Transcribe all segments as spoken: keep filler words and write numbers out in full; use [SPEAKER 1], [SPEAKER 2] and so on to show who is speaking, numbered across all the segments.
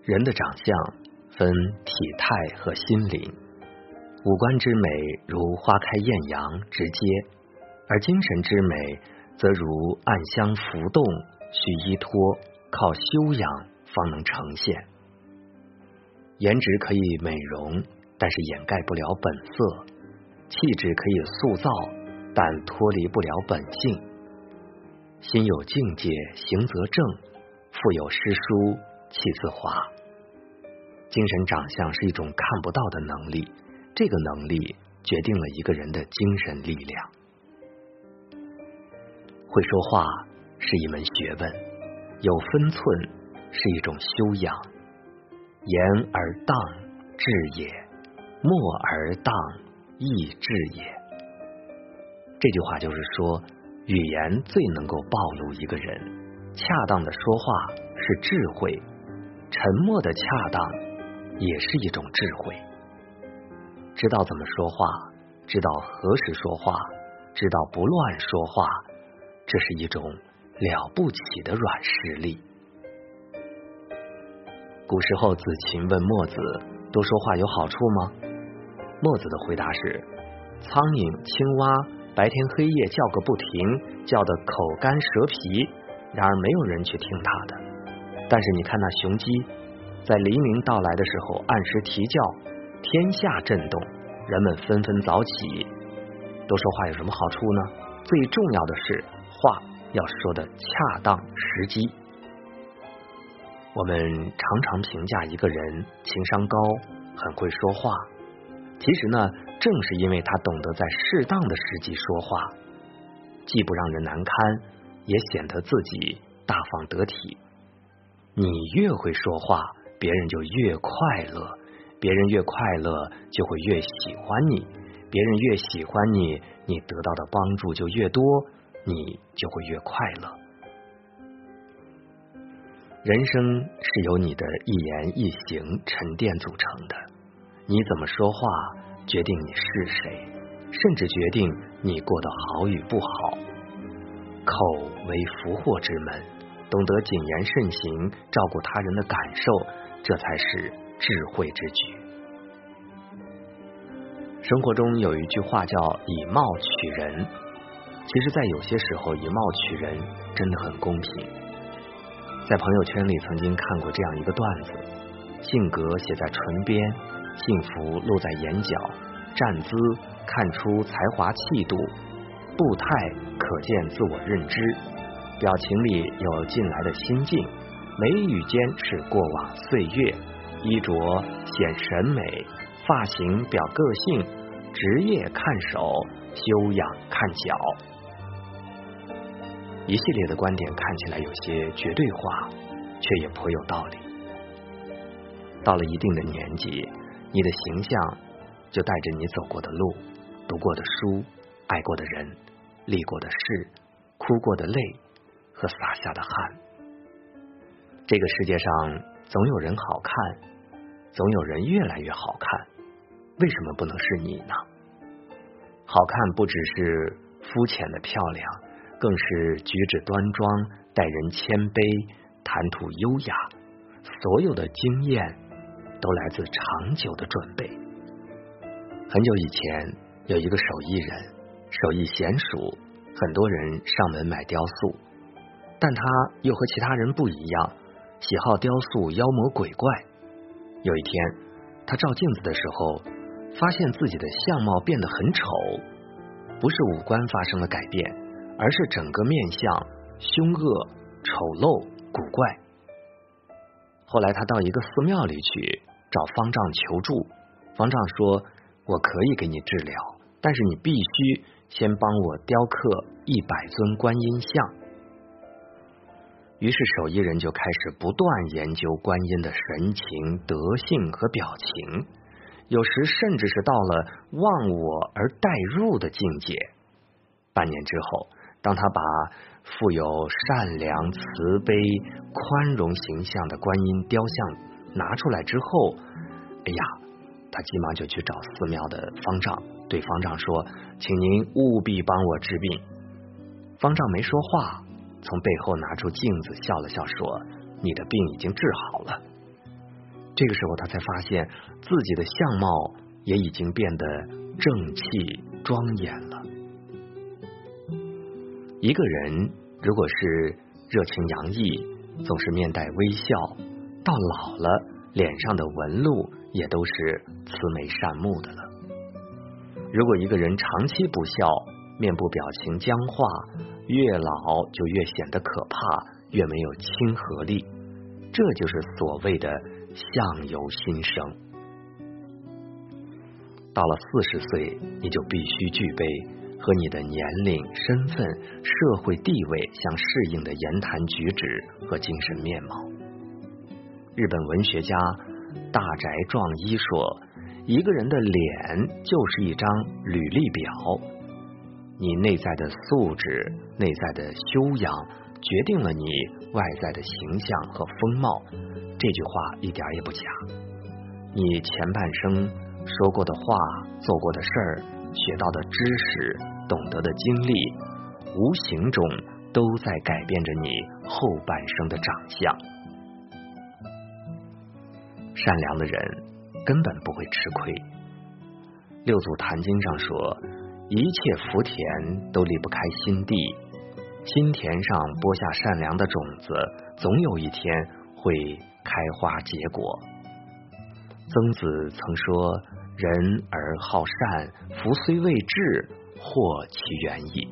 [SPEAKER 1] 人的长相分体态和心灵，五官之美如花开艳阳直接，而精神之美则如暗香浮动，需依托，靠修养方能呈现。颜值可以美容，但是掩盖不了本色；气质可以塑造，但脱离不了本性。心有境界，行则正；腹有诗书，气自华。精神长相是一种看不到的能力，这个能力决定了一个人的精神力量。会说话是一门学问，有分寸是一种修养。言而当，智也；默而当，亦智也。这句话就是说，语言最能够暴露一个人，恰当的说话是智慧，沉默的恰当也是一种智慧。知道怎么说话，知道何时说话，知道不乱说话，这是一种了不起的软实力。古时候子禽问墨子，多说话有好处吗？墨子的回答是，苍蝇、青蛙白天黑夜叫个不停，叫得口干舌皮，然而没有人去听他的。但是你看那雄鸡，在黎明到来的时候按时啼叫，天下震动，人们纷纷早起。多说话有什么好处呢？最重要的是话要说的恰当时机。我们常常评价一个人情商高，很会说话，其实呢，正是因为他懂得在适当的时机说话，既不让人难堪，也显得自己大方得体。你越会说话，别人就越快乐，别人越快乐，就会越喜欢你，别人越喜欢你，你得到的帮助就越多，你就会越快乐。人生是由你的一言一行沉淀组成的，你怎么说话决定你是谁，甚至决定你过得好与不好。口为福祸之门，懂得谨言慎行，照顾他人的感受，这才是智慧之举。生活中有一句话叫以貌取人，其实在有些时候以貌取人真的很公平。在朋友圈里曾经看过这样一个段子，性格写在唇边，幸福露在眼角，站姿看出才华气度，步态可见自我认知，表情里有近来的心境，眉宇间是过往岁月，衣着显审美，发型表个性，职业看手，修养看脚。一系列的观点看起来有些绝对化，却也颇有道理。到了一定的年纪，你的形象就带着你走过的路，读过的书，爱过的人，历过的事，哭过的泪和洒下的汗。这个世界上总有人好看，总有人越来越好看，为什么不能是你呢？好看不只是肤浅的漂亮，更是举止端庄，待人谦卑，谈吐优雅，所有的经验都来自长久的准备。很久以前有一个手艺人，手艺娴熟，很多人上门买雕塑，但他又和其他人不一样，喜好雕塑妖魔鬼怪。有一天他照镜子的时候，发现自己的相貌变得很丑，不是五官发生了改变，而是整个面相凶恶、丑陋、古怪。后来他到一个寺庙里去找方丈求助，方丈说，我可以给你治疗，但是你必须先帮我雕刻一百尊观音像。于是手艺人就开始不断研究观音的神情、德性和表情，有时甚至是到了忘我而代入的境界。半年之后，当他把富有善良、慈悲、宽容形象的观音雕像拿出来之后，哎呀，他急忙就去找寺庙的方丈，对方丈说，请您务必帮我治病。方丈没说话，从背后拿出镜子笑了笑说，你的病已经治好了。 这个时候他才发现自己的相貌也已经变得正气庄严了。一个人如果是热情洋溢，总是面带微笑，到老了脸上的纹路也都是慈眉善目的了。如果一个人长期不笑，面部表情僵化，越老就越显得可怕，越没有亲和力，这就是所谓的相由心生。到了四十岁，你就必须具备和你的年龄、身份、社会地位相适应的言谈举止和精神面貌。日本文学家大宅壮一说，一个人的脸就是一张履历表，你内在的素质、内在的修养决定了你外在的形象和风貌，这句话一点也不假。你前半生说过的话、做过的事儿、学到的知识、懂得的经历，无形中都在改变着你后半生的长相。善良的人根本不会吃亏。六祖坛经上说，一切福田都离不开心地，心田上播下善良的种子，总有一天会开花结果。曾子曾说，人而好善，福虽未至，祸其远矣。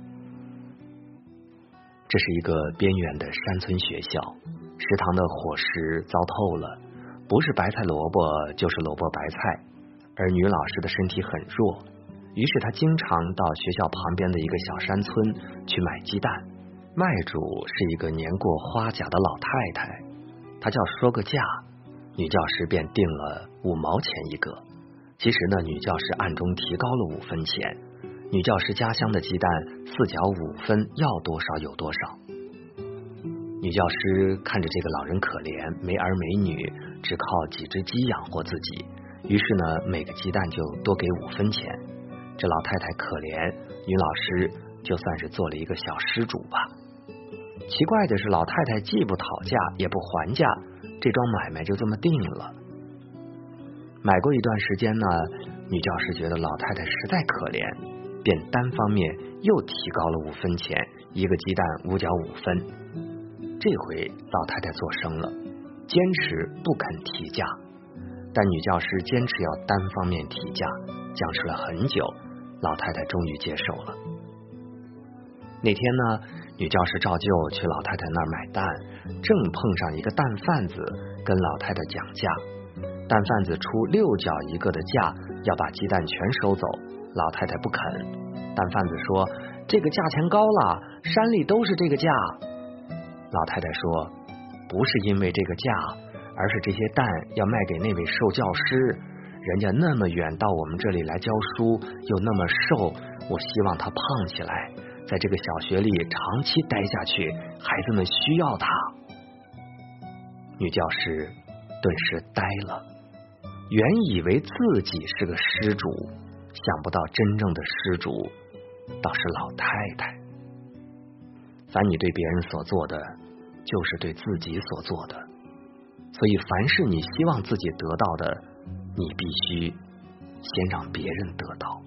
[SPEAKER 1] 这是一个边缘的山村学校，食堂的伙食糟透了，不是白菜萝卜就是萝卜白菜，而女老师的身体很弱，于是她经常到学校旁边的一个小山村去买鸡蛋。卖主是一个年过花甲的老太太，她叫说个价，女教师便定了五毛钱一个。其实呢，女教师暗中提高了五分钱，女教师家乡的鸡蛋四角五分，要多少有多少。女教师看着这个老人可怜，没儿没女，只靠几只鸡养活自己，于是呢，每个鸡蛋就多给五分钱。这老太太可怜，女老师就算是做了一个小施主吧。奇怪的是，老太太既不讨价也不还价，这桩买卖就这么定了。买过一段时间呢，女教师觉得老太太实在可怜，便单方面又提高了五分钱，一个鸡蛋五角五分。这回老太太做声了，坚持不肯提价，但女教师坚持要单方面提价，僵持了很久，老太太终于接受了。那天呢，女教师照旧去老太太那儿买蛋，正碰上一个蛋贩子跟老太太讲价，蛋贩子出六角一个的价，要把鸡蛋全收走，老太太不肯。蛋贩子说，这个价钱高了，山里都是这个价。老太太说，不是因为这个价，而是这些蛋要卖给那位受教师，人家那么远到我们这里来教书，又那么瘦，我希望他胖起来，在这个小学里长期待下去，孩子们需要他。女教师顿时呆了，原以为自己是个施主，想不到真正的施主倒是老太太。凡你对别人所做的，就是对自己所做的，所以凡是你希望自己得到的，你必须先让别人得到。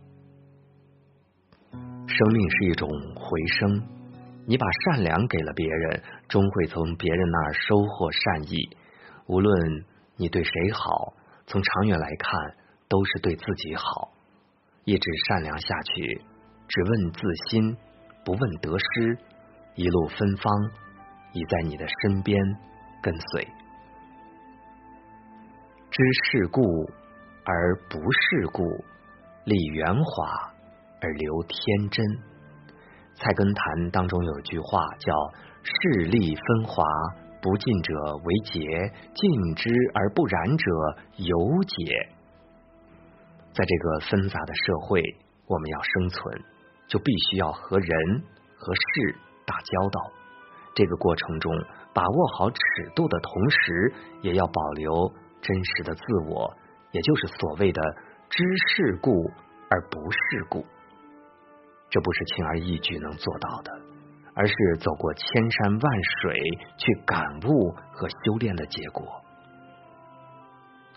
[SPEAKER 1] 生命是一种回声，你把善良给了别人，终会从别人那儿收获善意。无论你对谁好，从长远来看都是对自己好。一直善良下去，只问自心，不问得失，一路芬芳已在你的身边跟随。知世故而不世故，立圆滑而留天真。菜根谭当中有句话叫势利分华，不进者为节，进之而不染者犹节。在这个纷杂的社会，我们要生存，就必须要和人和事打交道。这个过程中，把握好尺度的同时，也要保留真实的自我，也就是所谓的知世故而不世故。这不是轻而易举能做到的，而是走过千山万水去感悟和修炼的结果。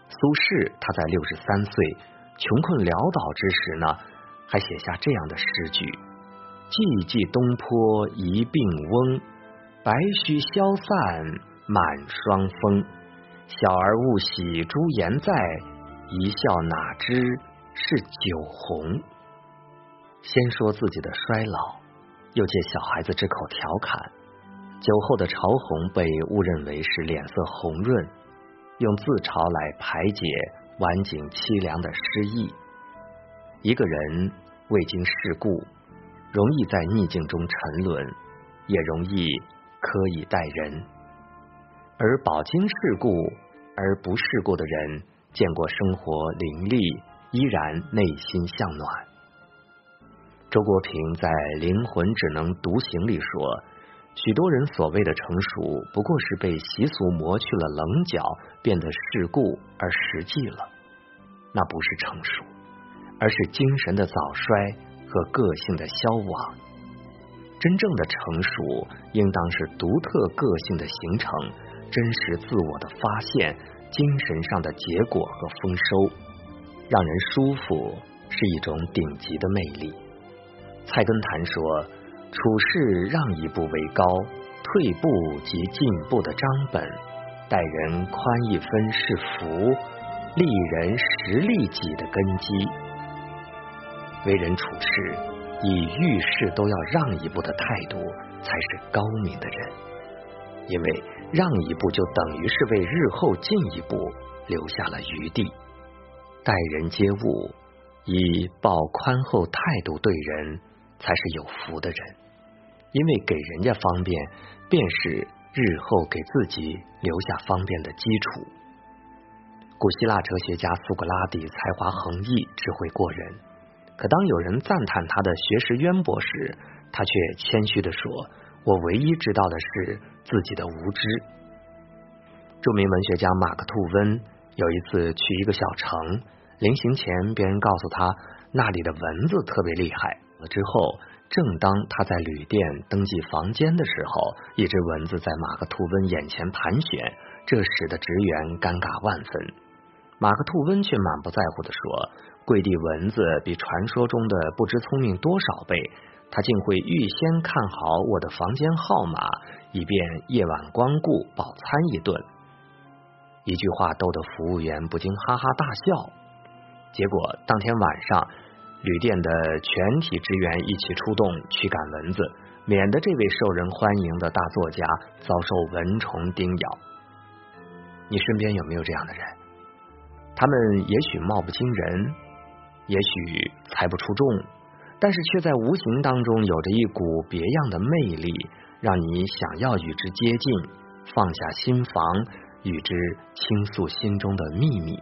[SPEAKER 1] 苏轼他在六十三岁穷困潦倒之时呢，还写下这样的诗句：寂寂东坡一病翁，白须消散满霜风。小儿勿喜朱颜在，一笑哪知是酒红。先说自己的衰老，又借小孩子之口调侃，酒后的潮红被误认为是脸色红润，用自嘲来排解晚景凄凉的失意。一个人未经世故，容易在逆境中沉沦，也容易苛以待人。而饱经世故而不世故的人，见过生活凌厉，依然内心向暖。周国平在《灵魂只能独行》里说，许多人所谓的成熟，不过是被习俗磨去了棱角，变得世故而实际了。那不是成熟，而是精神的早衰和个性的消亡。真正的成熟，应当是独特个性的形成，真实自我的发现，精神上的结果和丰收。让人舒服是一种顶级的魅力。菜根谭说，处事让一步为高，退步即进步的章本，待人宽一分是福，利人实利己的根基。为人处事，以遇事都要让一步的态度，才是高明的人。因为让一步就等于是为日后进一步留下了余地。待人接物，以抱宽厚态度对人，才是有福的人。因为给人家方便，便是日后给自己留下方便的基础。古希腊哲学家苏格拉底才华横溢，智慧过人，可当有人赞叹他的学识渊博时，他却谦虚地说，我唯一知道的是自己的无知。著名文学家马克吐温有一次去一个小城，临行前别人告诉他那里的蚊子特别厉害，之后正当他在旅店登记房间的时候，一只蚊子在马克吐温眼前盘旋，这使得职员尴尬万分。马克吐温却满不在乎地说，贵地蚊子比传说中的不知聪明多少倍，他竟会预先看好我的房间号码，以便夜晚光顾饱餐一顿。一句话逗得服务员不禁哈哈大笑。结果当天晚上，旅店的全体职员一起出动驱赶蚊子，免得这位受人欢迎的大作家遭受蚊虫叮咬。你身边有没有这样的人？他们也许貌不惊人，也许才不出众，但是却在无形当中有着一股别样的魅力，让你想要与之接近，放下心防，与之倾诉心中的秘密。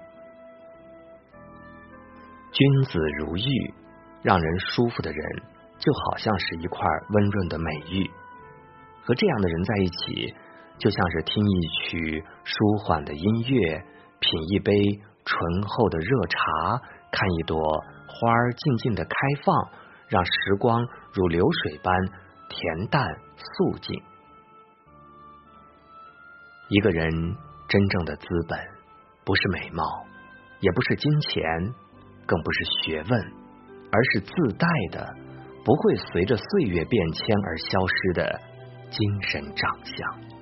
[SPEAKER 1] 君子如玉，让人舒服的人，就好像是一块温润的美玉。和这样的人在一起，就像是听一曲舒缓的音乐，品一杯醇厚的热茶，看一朵花儿静静的开放，让时光如流水般恬淡素净。一个人真正的资本，不是美貌，也不是金钱，更不是学问，而是自带的，不会随着岁月变迁而消失的精神长相。